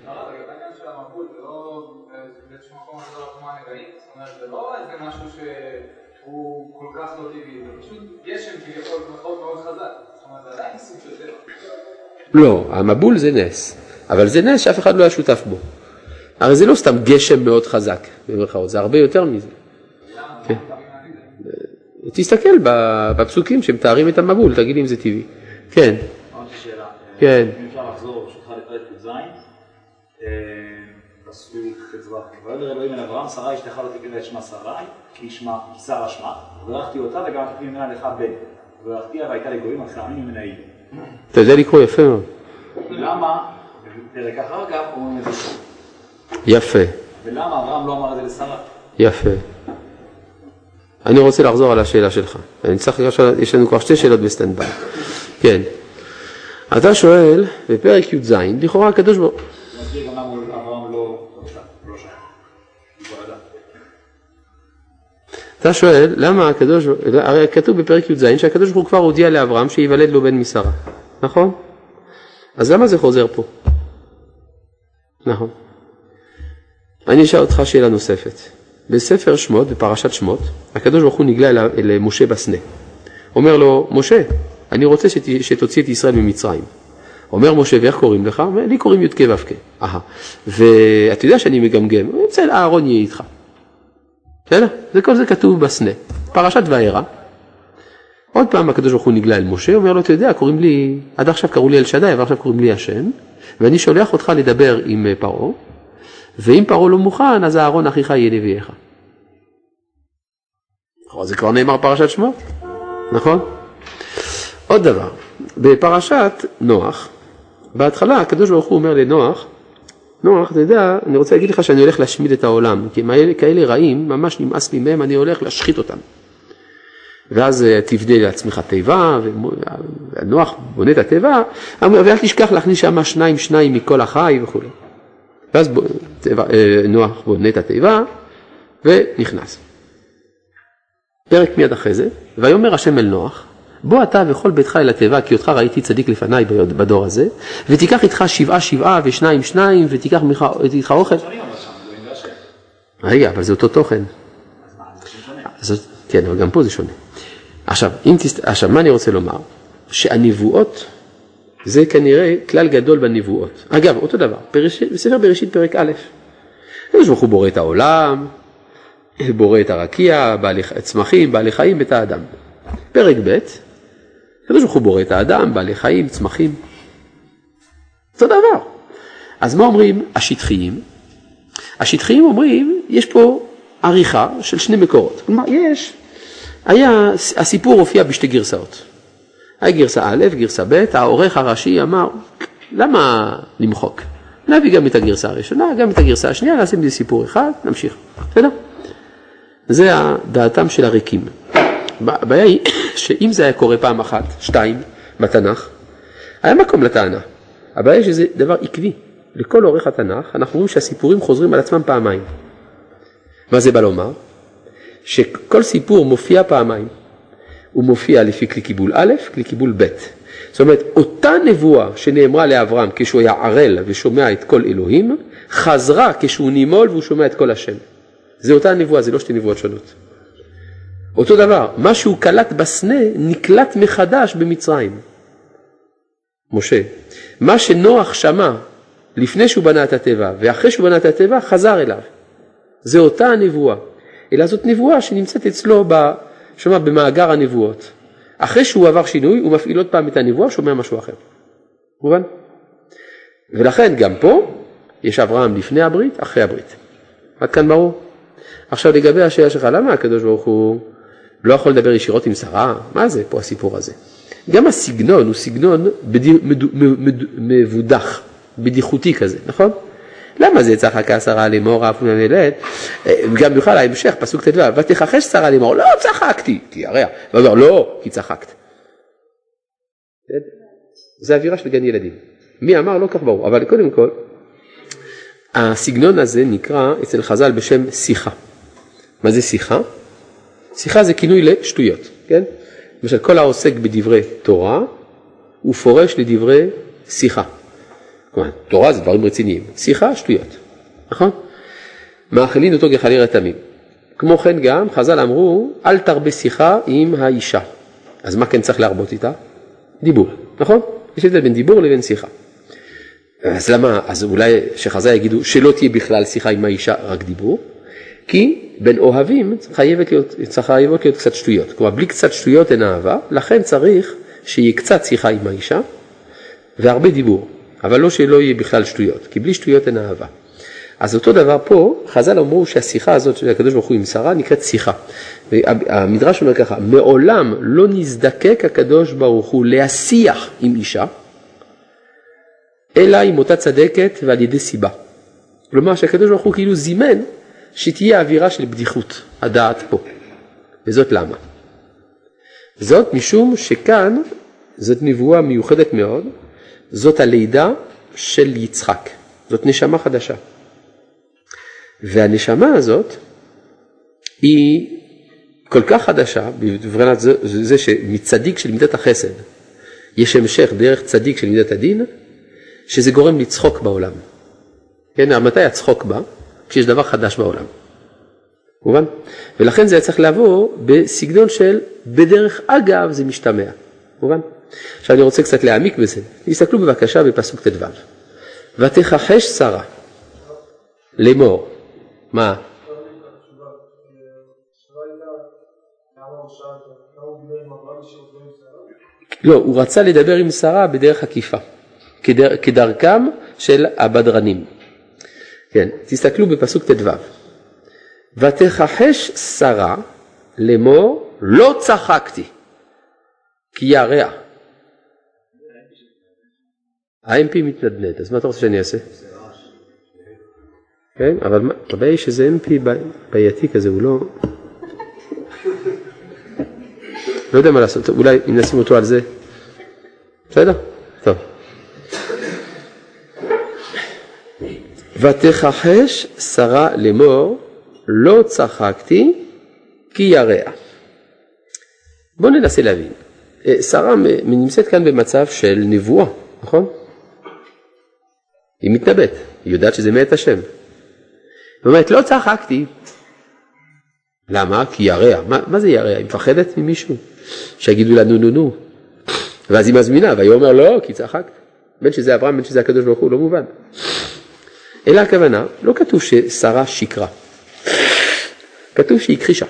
S1: לא, המבול זה נס, אבל זה נס שאף אחד לא היה שותף בו. הרי זה לא סתם גשם מאוד חזק, במרכאות, זה הרבה יותר מזה. כן. תסתכל בפסוקים שמתארים את המבול, תגיד אם זה טבעי. כן.
S5: עוד שאלה.
S1: כן.
S5: אם אפשר לחזור ברשותך לפרק י"ז, פסוק ח' ויאמר אלוהים אל אברהם, שרה אשתך לא תקרא את שמה שרי, כי שרה שמה, וברכתי אותה וגם תקרא ממנה לך בן. וברכתיה והייתה לגויים אך תאמין ממנה היא.
S1: אתה יודע לקרוא יפה מאוד.
S5: למה? בפרק אחר כך אומרים את זה.
S1: יפה.
S5: ולמה אברהם לא אמר את זה לשרה?
S1: יפה. אני רוצה לחזור על השאלה שלך. יש לנו כבר שתי שאלות בסטנדביי. כן. אתה שואל, בפרק י"ז, לכאורה הקדוש ברוך הוא.
S5: מסביר גם למה אברהם לא שם.
S1: אתה שואל, למה הקדוש, הרי כתוב בפרק י"ז שהקדוש ברוך הוא כבר הודיע לאברהם שיוולד לו בן משרה. נכון? אז למה זה חוזר פה? נכון. אני אשאל אותך שאלה נוספת. בספר שמות, בפרשת שמות, הקדוש ברוך הוא נגלה אל משה בסנה. אומר לו, משה, אני רוצה שתוציא את ישראל ממצרים. אומר משה, ואיך קוראים לך? לי קוראים י' כ' ו' כ'. ואתה יודע שאני מגמגם, בסדר, אהרון יהיה איתך. בסדר? זה כל זה כתוב בסנה. פרשת וארא. עוד פעם הקדוש ברוך הוא נגלה אל משה, אומר לו, אתה יודע, קוראים לי, עד עכשיו קראו לי אל שדי, אבל עכשיו קוראים לי השם, ואני שולח אותך לדבר עם פרעה, ואם פרעה לא מוכן, אז אהרון אחיך יהיה נביאך. זה כבר נאמר פרשת שמות, נכון? עוד דבר, בפרשת נוח, בהתחלה הקדוש ברוך הוא אומר לנוח, נוח, אתה יודע, אני רוצה להגיד לך שאני הולך להשמיד את העולם, כי הם כאלה רעים, ממש נמאס לי מהם, אני הולך להשחית אותם. ואז תבנה לעצמך תיבה, ונוח בונה את התיבה, ואל תשכח להכניס שם שניים מכל החי וכו'. ואז נוח בונה את התיבה, ונכנס. פרק מיד אחרי זה, ויאמר השם אל נוח, בוא אתה וכל ביתך אל התיבה, כי אותך ראיתי צדיק לפניי בדור הזה, ותיקח איתך 7 ושניים, ותיקח איתך אוכל. רגע, אבל זה אותו תוכן. כן, אבל גם פה זה שונה. עכשיו, מה אני רוצה לומר? שהנבואות, זה כנראה כלל גדול בנבואות. אגב, אותו דבר, בספר בראשית פרק א', הוא בורא את העולם, בורא את הרקיע, צמחים, בעלי חיים, את האדם. פרק ב', הוא בורא את האדם, בעלי חיים, צמחים. אותו דבר. אז מה אומרים השטחיים? השטחיים אומרים, יש פה עריכה של 2 מקורות. כלומר, הסיפור הופיע בשתי גרסאות. היה גרסה א', גרסה ב', העורך הראשי אמר, למה למחוק? נביא גם את הגרסה הראשונה, גם את הגרסה השנייה, נעשים בזה סיפור אחד, נמשיך. בסדר? זה דעתם של הריקים. הבעיה היא שאם זה היה קורה פעם אחת, 2 בתנ"ך, היה מקום לטענה. הבעיה היא שזה דבר עקבי. לכל עורך התנ"ך, אנחנו רואים שהסיפורים חוזרים על עצמם פעמיים. מה זה בא לומר? שכל סיפור מופיע פעמיים. הוא מופיע לפי כלי קיבול א', כלי קיבול ב'. זאת אומרת, אותה נבואה שנאמרה לאברהם כשהוא היה ערל ושומע את כל אלוהים, חזרה כשהוא נימול והוא שומע את כל השם. זה אותה נבואה, זה לא 2 נבואות שונות. אותו דבר, מה שהוא קלט בסנה נקלט מחדש במצרים. משה, מה שנוח שמע לפני שהוא בנה את הטבע ואחרי שהוא בנה את הטבע חזר אליו. זה אותה הנבואה. אלא זאת נבואה שנמצאת אצלו במאגר הנבואות. אחרי שהוא עבר שינוי הוא מפעיל עוד פעם את הנבואה, שומע משהו אחר. מובן? ולכן גם פה יש אברהם לפני הברית, אחרי הברית. עד כאן ברור? עכשיו לגבי השאלה שלך, למה הקדוש ברוך הוא לא יכול לדבר ישירות עם שרה? מה זה פה הסיפור הזה? גם הסגנון הוא סגנון מבודח, בדיחותי כזה, נכון? למה זה צחקה שרה לאמור אף ומלט? גם בכלל ההמשך, פסוק ט"ו, ותכחש שרה לאמור, לא צחקתי, תיראה. ואומר, לא, כי צחקת. זה אווירה של גן ילדים. מי אמר? לא כך ברור, אבל קודם כל, הסגנון הזה נקרא אצל חז"ל בשם שיחה. מה זה שיחה? שיחה זה כינוי לשטויות, כן? למשל, כל העוסק בדברי תורה, הוא פורש לדברי שיחה. כלומר, תורה זה דברים רציניים. שיחה, שטויות. נכון? מאכילין אותו כחלי רתמים. כמו כן גם, חז"ל אמרו, אל תרבה שיחה עם האישה. אז מה כן צריך להרבות איתה? דיבור. נכון? יש הבדל בין דיבור לבין שיחה. אז למה? אז אולי שחז"ל יגידו שלא תהיה בכלל שיחה עם האישה, רק דיבור. כי בין אוהבים חייבות להיות קצת שטויות. כלומר, בלי קצת שטויות אין אהבה, לכן צריך שיהיה קצת שיחה עם האישה והרבה דיבור. אבל לא שלא יהיה בכלל שטויות, כי בלי שטויות אין אהבה. אז אותו דבר פה, חז"ל אמרו שהשיחה הזאת של הקדוש ברוך הוא עם שרה נקראת שיחה. והמדרש אומר ככה, מעולם לא נזדקק הקדוש ברוך הוא להשיח עם אישה, אלא עם אותה צדקת ועל ידי סיבה. כלומר שהקדוש ברוך הוא כאילו זימן שתהיה אווירה של בדיחות הדעת פה. וזאת למה? זאת משום שכאן זאת נבואה מיוחדת מאוד, זאת הלידה של יצחק. זאת נשמה חדשה. והנשמה הזאת היא כל כך חדשה, בבחינת זה שמצדיק של מידת החסד יש המשך דרך צדיק של מידת הדין, שזה גורם לצחוק בעולם. כן, מתי הצחוק בא? כשיש דבר חדש בעולם. מובן? ולכן זה צריך לעבור בסגנון של בדרך אגב זה משתמע. מובן? עכשיו אני רוצה קצת להעמיק בזה. תסתכלו בבקשה בפסוק ט"ו. ותכחש שרה לאמור. מה? לא, הוא רצה לדבר עם שרה בדרך עקיפה, כדרכם של הבדרנים. כן, תסתכלו בפסוק ט"ו. ותכחש שרה לאמור לא צחקתי כי ירע. ה-MP מתנדנד, אז מה אתה רוצה שאני אעשה? כן, אבל הבעיה היא שזה MP בעייתי כזה, הוא לא יודע מה לעשות, אולי אם נשים אותו על זה. בסדר? טוב. ותכחש שרה לאמור לא צחקתי כי ירע. בואו ננסה להבין. שרה נמצאת כאן במצב של נבואה, נכון? היא מתנבאת, היא יודעת שזה מאת השם. היא אומרת, לא צחקתי. למה? כי ירע. מה זה ירע? היא מפחדת ממישהו? שיגידו לה נו. ואז היא מזמינה, והיא אומר לא, כי צחקת. בין שזה אברהם, בין שזה הקדוש ברוך הוא, לא מובן. אלא הכוונה, לא כתוב ששרה שיקרה. כתוב שהיא הכחישה.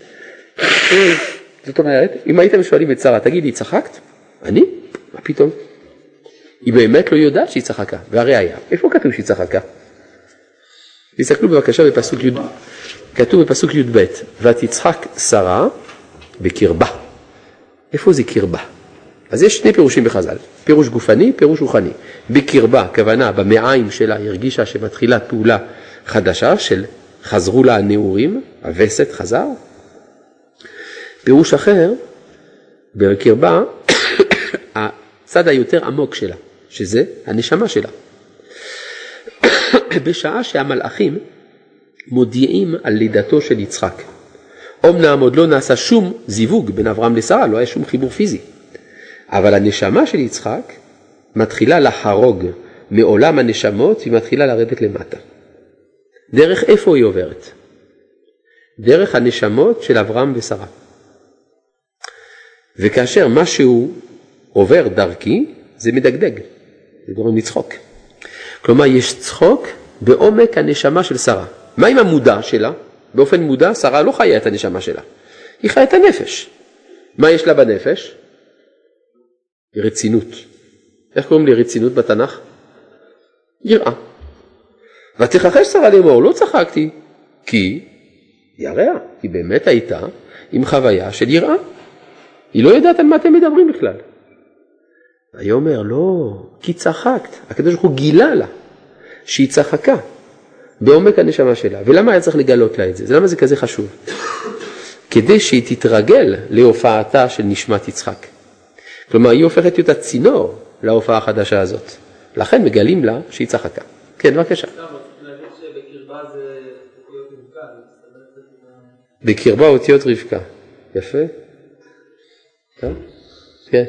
S1: זאת אומרת, אם הייתם שואלים את שרה, תגידי, צחקת? אני? מה פתאום? היא באמת לא יודעת שהיא צחקה, והרי היה. איפה כתוב שהיא צחקה? תסתכלו בבקשה בפסוק י', כתוב בפסוק י' ב', ותצחק שרה בקרבה. איפה זה קרבה? אז יש שני פירושים בחז"ל, פירוש גופני, פירוש רוחני. בקרבה, כוונה, במעיים שלה הרגישה שמתחילה פעולה חדשה של חזרו לה הנעורים, הווסת חזר. פירוש אחר, בקרבה, הצד היותר עמוק שלה, שזה הנשמה שלה. בשעה שהמלאכים מודיעים על לידתו של יצחק. אומנם עוד לא נעשה שום זיווג בין אברהם לשרה, לא היה שום חיבור פיזי. אבל הנשמה של יצחק מתחילה לחרוג מעולם הנשמות, היא מתחילה לרדת למטה. דרך איפה היא עוברת? דרך הנשמות של אברהם ושרה. וכאשר משהו עובר דרכי, זה מדגדג, זה גורם לצחוק. כלומר, יש צחוק בעומק הנשמה של שרה. מה עם המודע שלה? באופן מודע, שרה לא חיה את הנשמה שלה. היא חיה את הנפש. מה יש לה בנפש? רצינות. איך קוראים לי רצינות בתנ"ך? יראה. ותכחש שרה לאמור, לא צחקתי, כי יראה. היא באמת הייתה עם חוויה של יראה. היא לא יודעת על מה אתם מדברים בכלל. היא אומר, לא, כי צחקת. הקדוש ברוך הוא גילה לה שהיא צחקה בעומק הנשמה שלה. ולמה היה צריך לגלות לה את זה? למה זה כזה חשוב? כדי שהיא תתרגל להופעתה של נשמת יצחק. כלומר, היא הופכת להיות הצינור להופעה החדשה הזאת. לכן מגלים לה שהיא צחקה. כן, בבקשה.
S2: להגיד שבקרבה זה אותיות רבקה.
S1: בקרבה אותיות רבקה. יפה. טוב? כן.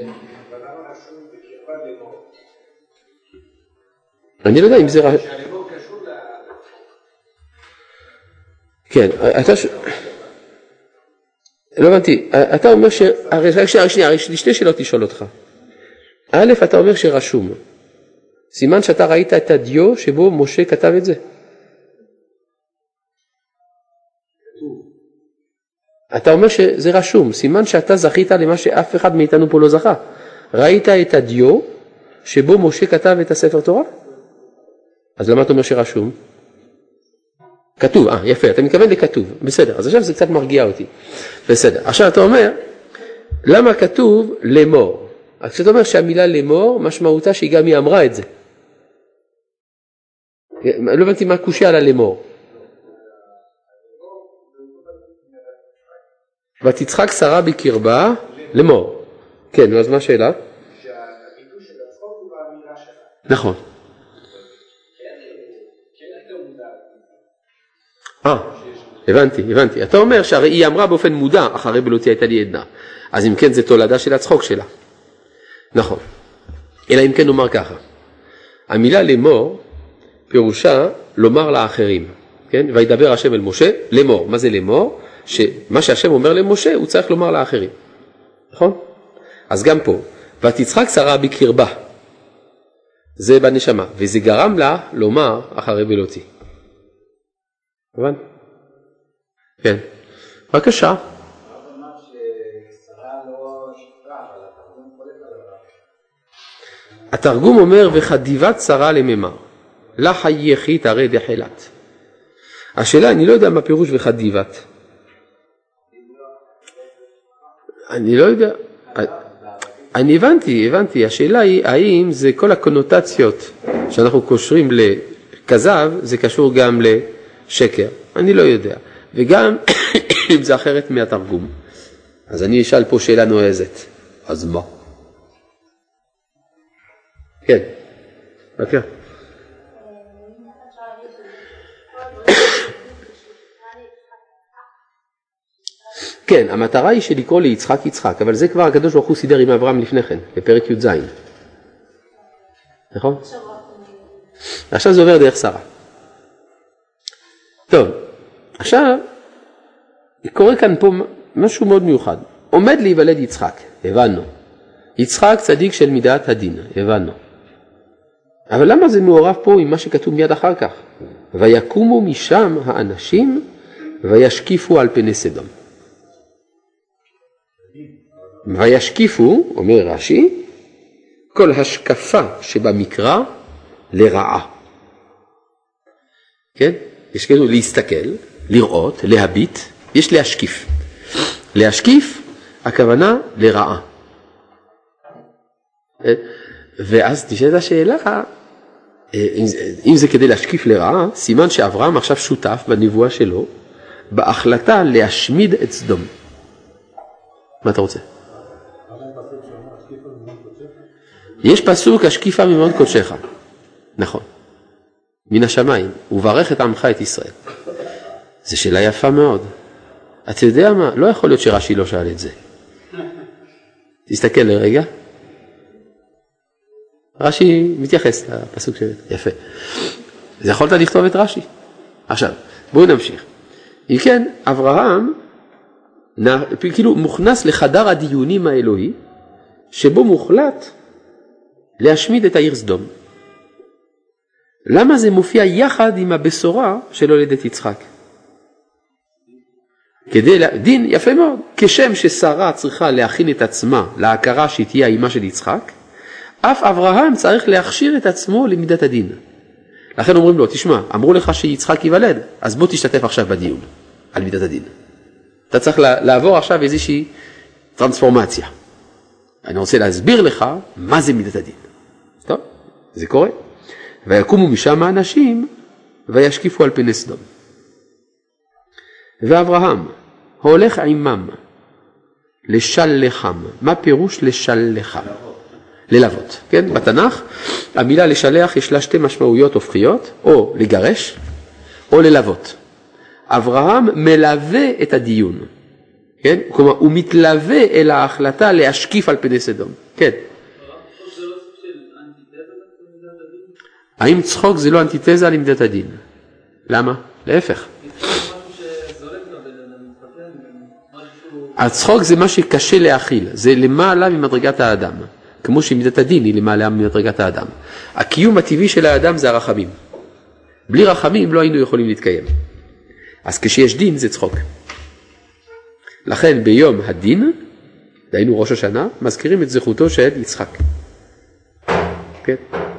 S1: אני לא יודע אם זה... כן, אתה... לא הבנתי, אתה אומר ש... שנייה, יש לי שתי שאלות לשאול אותך. א', אתה אומר שרשום. סימן שאתה ראית את הדיו שבו משה כתב את זה. אתה אומר שזה רשום. סימן שאתה זכית למה שאף אחד מאיתנו פה לא זכה. ראית את הדיו שבו משה כתב את הספר תורה? אז למה אתה אומר שרשום? כתוב, יפה, אתה מתכוון לכתוב, בסדר, אז עכשיו זה קצת מרגיע אותי, בסדר, עכשיו אתה אומר, למה כתוב לאמור? אז כשאתה אומר שהמילה לאמור, משמעותה שהיא גם היא אמרה את זה. לא הבנתי מה קושי על הלאמור. ותצחק שרה בקרבה, לאמור. כן, אז מה השאלה?
S2: שהביטוי של הצחוק הוא באמירה שלה.
S1: נכון. הבנתי. אתה אומר שהרי היא אמרה באופן מודע, אחרי בלותי הייתה לי עדנה. אז אם כן זה תולדה של הצחוק שלה. נכון. אלא אם כן נאמר ככה. המילה לאמור פירושה לומר לאחרים. כן? וידבר השם אל משה, לאמור. מה זה לאמור? שמה שהשם אומר למשה הוא צריך לומר לאחרים. נכון? אז גם פה. ותצחק שרה בקרבה. זה בנשמה. וזה גרם לה לומר אחרי בלותי. הבנת? כן. בבקשה. התרגום אומר וחדיבת שרה לממר. לה חייכית הרי דחילת. השאלה, אני לא יודע מה פירוש וחדיבת. אני לא יודע. אני הבנתי. השאלה היא, האם זה כל הקונוטציות שאנחנו קושרים לכזב, זה קשור גם לשקר. אני לא יודע. וגם אם זה אחרת מהתרגום. אז אני אשאל פה שאלה נועזת. אז מה? כן. בבקשה. כן, המטרה היא שלקרוא ליצחק יצחק, אבל זה כבר הקדוש ברוך הוא סידר עם אברהם לפני כן, בפרק י"ז. נכון? עכשיו זה עובר דרך שרה. טוב, עכשיו קורה כאן פה משהו מאוד מיוחד. עומד להיוולד יצחק, הבנו. יצחק צדיק של מידת הדין, הבנו. אבל למה זה מעורב פה עם מה שכתוב מיד אחר כך? ויקומו משם האנשים וישקיפו על פני סדום. וישקיפו, אומר רש"י, כל השקפה שבמקרא לרעה. כן? יש כאילו להסתכל, לראות, להביט, יש להשקיף. להשקיף, הכוונה לרעה. ואז תשאלת השאלה, אם זה כדי להשקיף לרעה, סימן שאברהם עכשיו שותף בנבואה שלו, בהחלטה להשמיד את סדום. מה אתה רוצה? יש פסוק השקיפה ממעון קודשך. נכון. מן השמיים. וברך את עמך את ישראל. זו שאלה יפה מאוד. אתה יודע מה? לא יכול להיות שרש"י לא שאל את זה. תסתכל לרגע. רש"י מתייחס לפסוק שלו. יפה. אז יכולת לכתוב את רש"י. עכשיו, בואו נמשיך. אם כן, אברהם כאילו מוכנס לחדר הדיונים האלוהי, שבו מוחלט להשמיד את העיר סדום. למה זה מופיע יחד עם הבשורה של הולדת יצחק? דין יפה מאוד. כשם ששרה צריכה להכין את עצמה להכרה שהיא תהיה האמא של יצחק, אף אברהם צריך להכשיר את עצמו למידת הדין. לכן אומרים לו, תשמע, אמרו לך שיצחק ייוולד, אז בוא תשתתף עכשיו בדיון על מידת הדין. אתה צריך לעבור עכשיו איזושהי טרנספורמציה. אני רוצה להסביר לך מה זה מידת הדין. טוב, זה קורה. ויקומו משם האנשים וישקיפו על פני סדום. ואברהם הולך עמם לשלחם. מה פירוש לשלחם? ללוות. כן? בתנ"ך המילה לשלח יש לה שתי משמעויות הופכיות, או לגרש או ללוות. אברהם מלווה את הדיון. כן? כלומר, הוא מתלווה אל ההחלטה להשקיף על פני סדום. כן. האם צחוק זה לא אנטיתזה למידת הדין? למה? להפך. הצחוק זה מה שקשה להכיל, זה למעלה ממדרגת האדם, כמו שמידת הדין היא למעלה ממדרגת האדם. הקיום הטבעי של האדם זה הרחמים. בלי רחמים לא היינו יכולים להתקיים. אז כשיש דין זה צחוק. לכן ביום הדין, דהיינו ראש השנה, מזכירים את זכותו של יצחק. כן?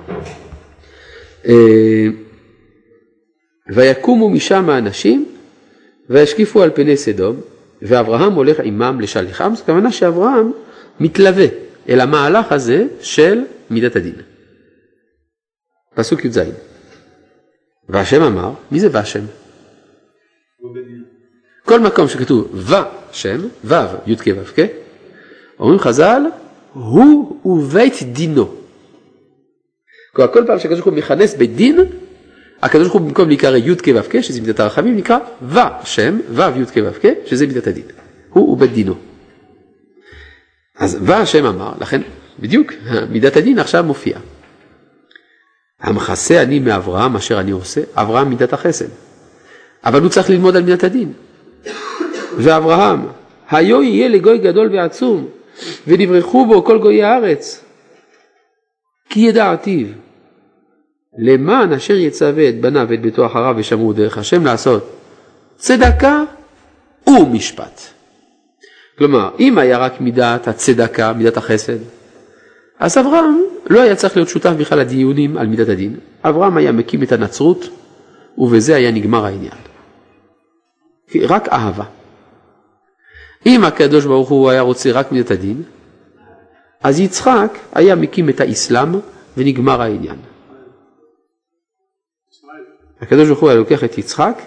S1: ויקומו משם האנשים וישקיפו על פני סדום, ואברהם הולך עמם לשלחם. זאת כוונה שאברהם מתלווה אל המהלך הזה של מידת הדין. פסוק י"ז. והשם אמר, מי זה והשם? כל מקום שכתוב ושם, ו' י' כ' ו' כ', אומרים חז"ל, הוא ובית דינו. כל פעם שהקדוש ברוך הוא מכנס בית דין, הקדוש ברוך הוא במקום להיקרא י' כ' ו' כ', שזה מידת הרחמים, נקרא ושם, ו' י' כ' ו' כ', שזה מידת הדין. הוא ובית דינו. אז והשם אמר, לכן בדיוק מידת הדין עכשיו מופיע. המחסה אני מאברהם אשר אני עושה, אברהם מידת החסד. אבל הוא צריך ללמוד על מידת הדין. ואברהם, היו יהיה לגוי גדול ועצום, ונברחו בו כל גויי הארץ. כי ידעתיו, למען אשר יצווה את בניו ואת ביתו אחריו ושמרו דרך השם לעשות צדקה ומשפט. כלומר, אם היה רק מידת הצדקה, מידת החסד, אז אברהם לא היה צריך להיות שותף בכלל לדיונים על מידת הדין. אברהם היה מקים את הנצרות, ובזה היה נגמר העניין. רק אהבה. אם הקדוש ברוך הוא היה רוצה רק מידת הדין, אז יצחק היה מקים את האסלאם ונגמר העניין. הקדוש ברוך הוא היה לוקח את יצחק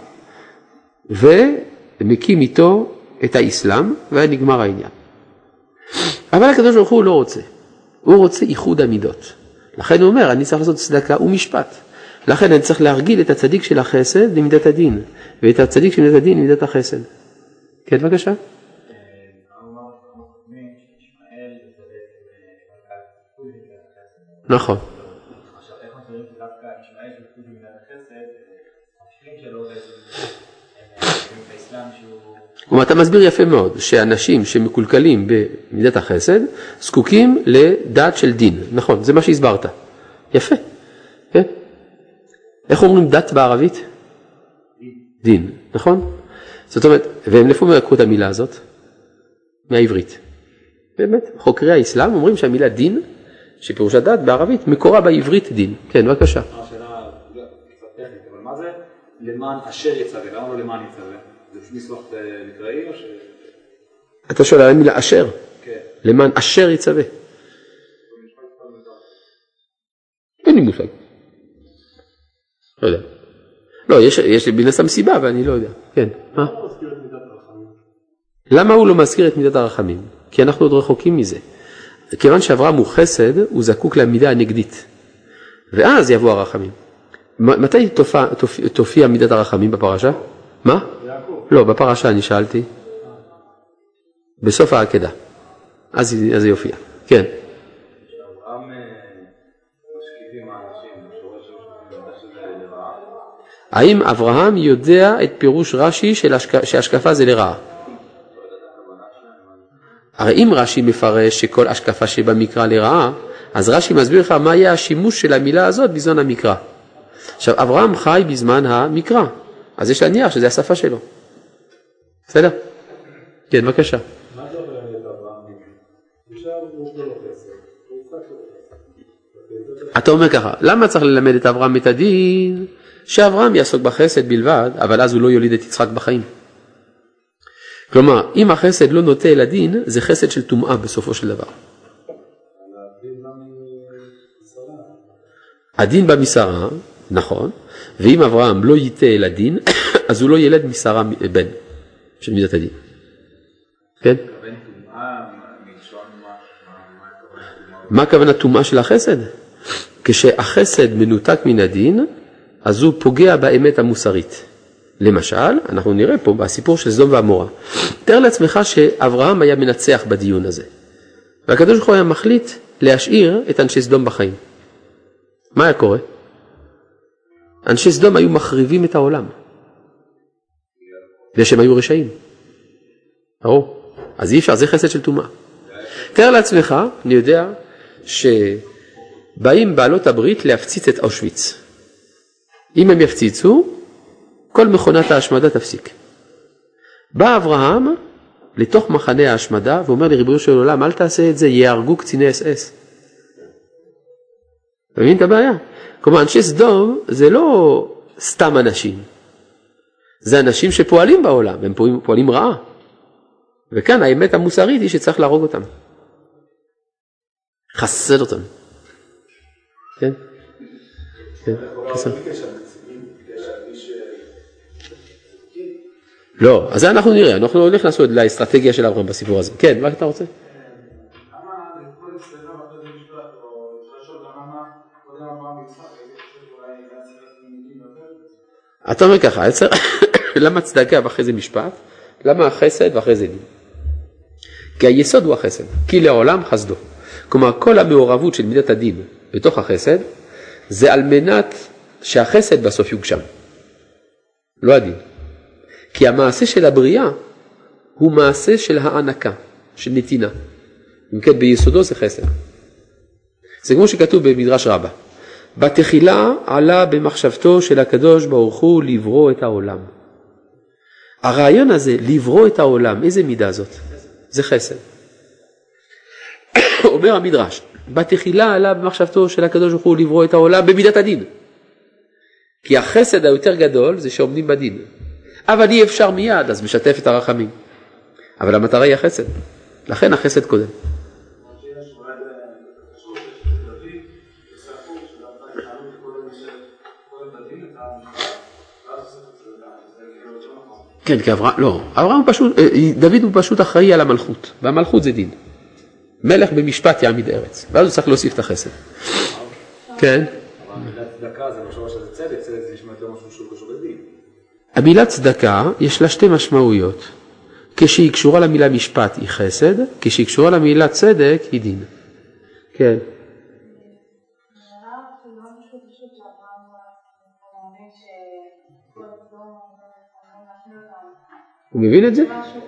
S1: ומקים איתו את האסלאם והיה נגמר העניין. אבל הקדוש ברוך הוא לא רוצה. הוא רוצה איחוד המידות. לכן הוא אומר, אני צריך לעשות צדקה ומשפט. לכן אני צריך להרגיל את הצדיק של החסד למידת הדין, ואת הצדיק של מידת הדין למידת החסד. כן, בבקשה. נכון.
S5: עכשיו, איך מסבירים שדווקא ישמעאל שפקוד במידת החסד, השכנים שלו את האסלאם שהוא...
S1: אתה מסביר יפה מאוד, שאנשים שמקולקלים במידת החסד, זקוקים לדעת של דין. נכון, זה מה שהסברת. יפה. כן? איך אומרים דת בערבית? דין. נכון? זאת אומרת, והם לפעמים לקחו את המילה הזאת? מהעברית. באמת, חוקרי האסלאם אומרים שהמילה דין, שפירוש הדת בערבית, מקורה בעברית דין. כן, בבקשה.
S5: השאלה קצת טכנית, אבל מה זה למען אשר יצווה? למה לא למען יצווה? זה פשוט מסמך מקראי או ש...
S1: אתה שואל על המילה אשר?
S5: כן.
S1: למען אשר יצווה. אין לי מושג. לא יודע. לא, יש לי בנסה מסיבה, אבל אני לא יודע. כן. מה? למה הוא לא מזכיר את מידת הרחמים? כי אנחנו עוד רחוקים מזה. כיוון שאברהם הוא חסד, הוא זקוק למידה הנגדית. ואז יבוא הרחמים. מתי תופיע מידת הרחמים בפרשה? מה? לא, בפרשה אני שאלתי. בסוף העקדה. אז זה יופיע. כן.
S3: אברהם משקיפים האנשים, שזה לרעה.
S1: האם אברהם יודע את פירוש רש"י שהשקפה זה לרעה? הרי אם רש"י מפרש שכל השקפה שבמקרא לרעה, אז רש"י מסביר לך מה יהיה השימוש של המילה הזאת בזמן המקרא. עכשיו, אברהם חי בזמן המקרא, אז יש להניח שזה השפה שלו. בסדר? כן, בבקשה.
S2: מה זה אומר את אברהם? אפשר הוא לא חסר, הוא יצחק.
S1: אתה אומר ככה, למה צריך ללמד את אברהם את הדין? שאברהם יעסוק בחסד בלבד, אבל אז הוא לא יוליד את יצחק בחיים. כלומר, אם החסד לא נוטה אל הדין, זה חסד של טומאה בסופו של דבר. הדין בא משרה, נכון, ואם אברהם לא ייתה אל הדין, אז הוא לא ילד משרה בן של מידת הדין. כן? מה הכוונה טומאה של החסד? כשהחסד מנותק מן הדין, אז הוא פוגע באמת המוסרית. למשל, אנחנו נראה פה בסיפור של סדום ועמורה. תאר לעצמך שאברהם היה מנצח בדיון הזה. והקדוש ברוך הוא היה מחליט להשאיר את אנשי סדום בחיים. מה היה קורה? אנשי סדום היו מחריבים את העולם. ושהם היו רשעים. אז אי אפשר, זה חסד של טומאה. תאר לעצמך, אני יודע, שבאים בעלות הברית להפציץ את אושוויץ. אם הם יפציצו, כל מכונת ההשמדה תפסיק. בא אברהם לתוך מחנה ההשמדה ואומר לריבונו של עולם, אל תעשה את זה, יהרגו קציני אס-אס. אתה מבין את הבעיה? כלומר, אנשי סדום זה לא סתם אנשים. זה אנשים שפועלים בעולם, הם פועלים רעה. וכאן האמת המוסרית היא שצריך להרוג אותם. חסד אותם. כן? כן, חסד. לא, אז אנחנו נראה, אנחנו הולך לעשות לאסטרטגיה של אברהם בסיפור הזה. כן, מה אתה רוצה? אתה אומר ככה, למה צדקה ואחרי זה משפט? למה החסד ואחרי זה דין? כי היסוד הוא החסד, כי לעולם חסדו. כלומר, כל המעורבות של מידת הדין בתוך החסד, זה על מנת שהחסד בסוף יוגשם. לא הדין. כי המעשה של הבריאה הוא מעשה של הענקה, של נתינה. אם כן, ביסודו זה חסד. זה כמו שכתוב במדרש רבה. בתחילה עלה במחשבתו של הקדוש ברוך הוא לברוא את העולם. הרעיון הזה, לברוא את העולם, איזה מידה זאת? זה חסד. אומר המדרש, בתחילה עלה במחשבתו של הקדוש ברוך הוא לברוא את העולם במידת הדין. כי החסד היותר גדול זה שעומדים בדין. אבל אי אפשר מיד, אז משתף את הרחמים. אבל המטרה היא החסד. לכן החסד קודם. כן, כי אברהם פשוט, דוד הוא פשוט אחראי על המלכות, והמלכות זה דין. מלך במשפט יעמיד ארץ, ואז הוא צריך להוסיף את החסד. כן.
S5: אבל מילת צדקה זה משהו שזה צדק, צדק זה נשמע יותר משהו שהוא קשור לדין.
S1: המילת צדקה יש לה שתי משמעויות. כשהיא קשורה למילה משפט היא חסד, כשהיא קשורה למילה צדק היא דין. כן. הוא מבין את זה?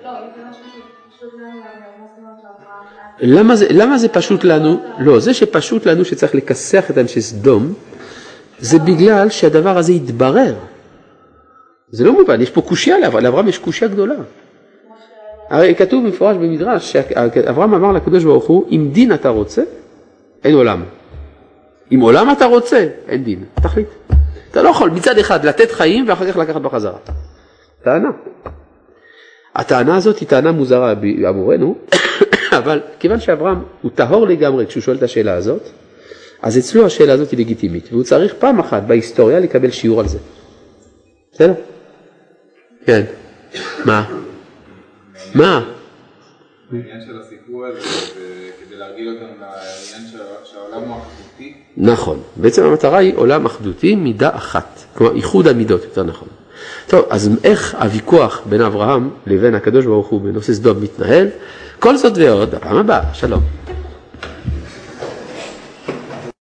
S1: למה זה פשוט לנו? לא, זה שפשוט לנו שצריך לכסח את אנשי סדום, זה בגלל שהדבר הזה יתברר. זה לא מובן, יש פה קושיה לאברהם, יש קושיה גדולה. הרי כתוב מפורש במדרש שאברהם אמר לקדוש ברוך הוא, אם דין אתה רוצה, אין עולם. אם עולם אתה רוצה, אין דין. תחליט. אתה לא יכול מצד אחד לתת חיים ואחר כך לקחת בחזרה. טענה. הטענה הזאת היא טענה מוזרה עבורנו, אבל כיוון שאברהם הוא טהור לגמרי כשהוא שואל את השאלה הזאת, אז אצלו השאלה הזאת היא לגיטימית, והוא צריך פעם אחת בהיסטוריה לקבל שיעור על זה. בסדר? כן. מה?
S3: העניין של הסיפור הזה, כדי להרגיל אותם לעניין שהעולם הוא אחדותי.
S1: נכון. בעצם המטרה היא עולם אחדותי, מידה אחת. כלומר, איחוד המידות, יותר נכון. טוב, אז איך הוויכוח בין אברהם לבין הקדוש ברוך הוא בנושא סדום מתנהל? כל זאת ועוד, הפעם הבאה, שלום.